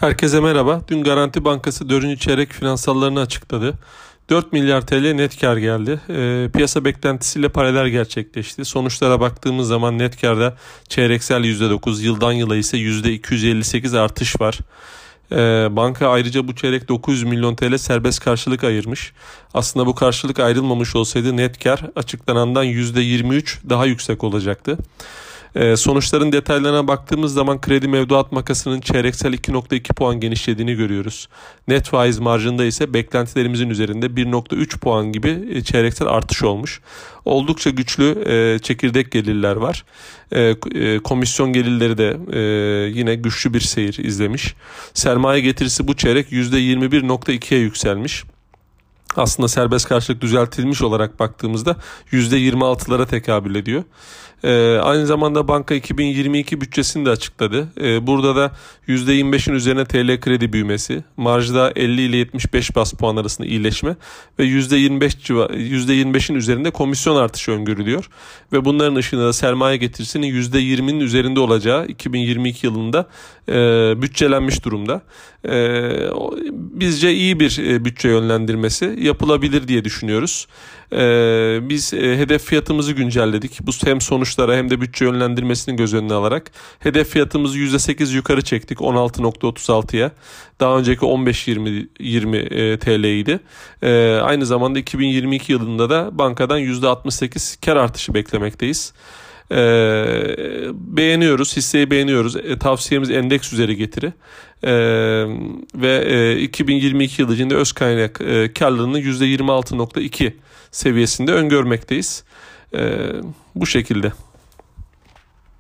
Herkese merhaba. Dün Garanti Bankası 4. çeyrek finansallarını açıkladı. 4 milyar TL net kar geldi. Piyasa beklentisiyle paralel gerçekleşti. Sonuçlara baktığımız zaman net karda çeyreksel %9, yıldan yıla ise %258 artış var. Banka ayrıca bu çeyrek 900 milyon TL serbest karşılık ayırmış. Aslında bu karşılık ayrılmamış olsaydı net kar açıklanandan %23 daha yüksek olacaktı. Sonuçların detaylarına baktığımız zaman kredi mevduat makasının çeyreksel 2,2 puan genişlediğini görüyoruz. Net faiz marjında ise beklentilerimizin üzerinde 1,3 puan gibi çeyreksel artış olmuş. Oldukça güçlü çekirdek gelirler var. Komisyon gelirleri de yine güçlü bir seyir izlemiş. Sermaye getirisi bu çeyrek %21,2'ye yükselmiş. Aslında serbest karşılık düzeltilmiş olarak baktığımızda %26'lara tekabül ediyor. Aynı zamanda banka 2022 bütçesini de açıkladı. Burada da %25'in üzerine TL kredi büyümesi, marjda 50 ile 75 bas puan arasında iyileşme ve %25'in üzerinde komisyon artışı öngörülüyor. Ve bunların ışığında da sermaye getirisinin %20'nin üzerinde olacağı 2022 yılında bütçelenmiş durumda. Bizce iyi bir bütçe yönlendirmesi yapılabilir diye düşünüyoruz. Biz hedef fiyatımızı güncelledik. Bu hem sonuçlara hem de bütçe yönlendirmesini göz önüne alarak hedef fiyatımızı %8 yukarı çektik 16,36'ya. Daha önceki 15,20 TL idi. Aynı zamanda 2022 yılında da bankadan %68 kar artışı beklemekteyiz. Beğeniyoruz, hisseyi beğeniyoruz. Tavsiyemiz endeks üzeri getiri. Ve 2022 yılı içinde öz kaynak karlılığını %26,2 seviyesinde öngörmekteyiz. Bu şekilde.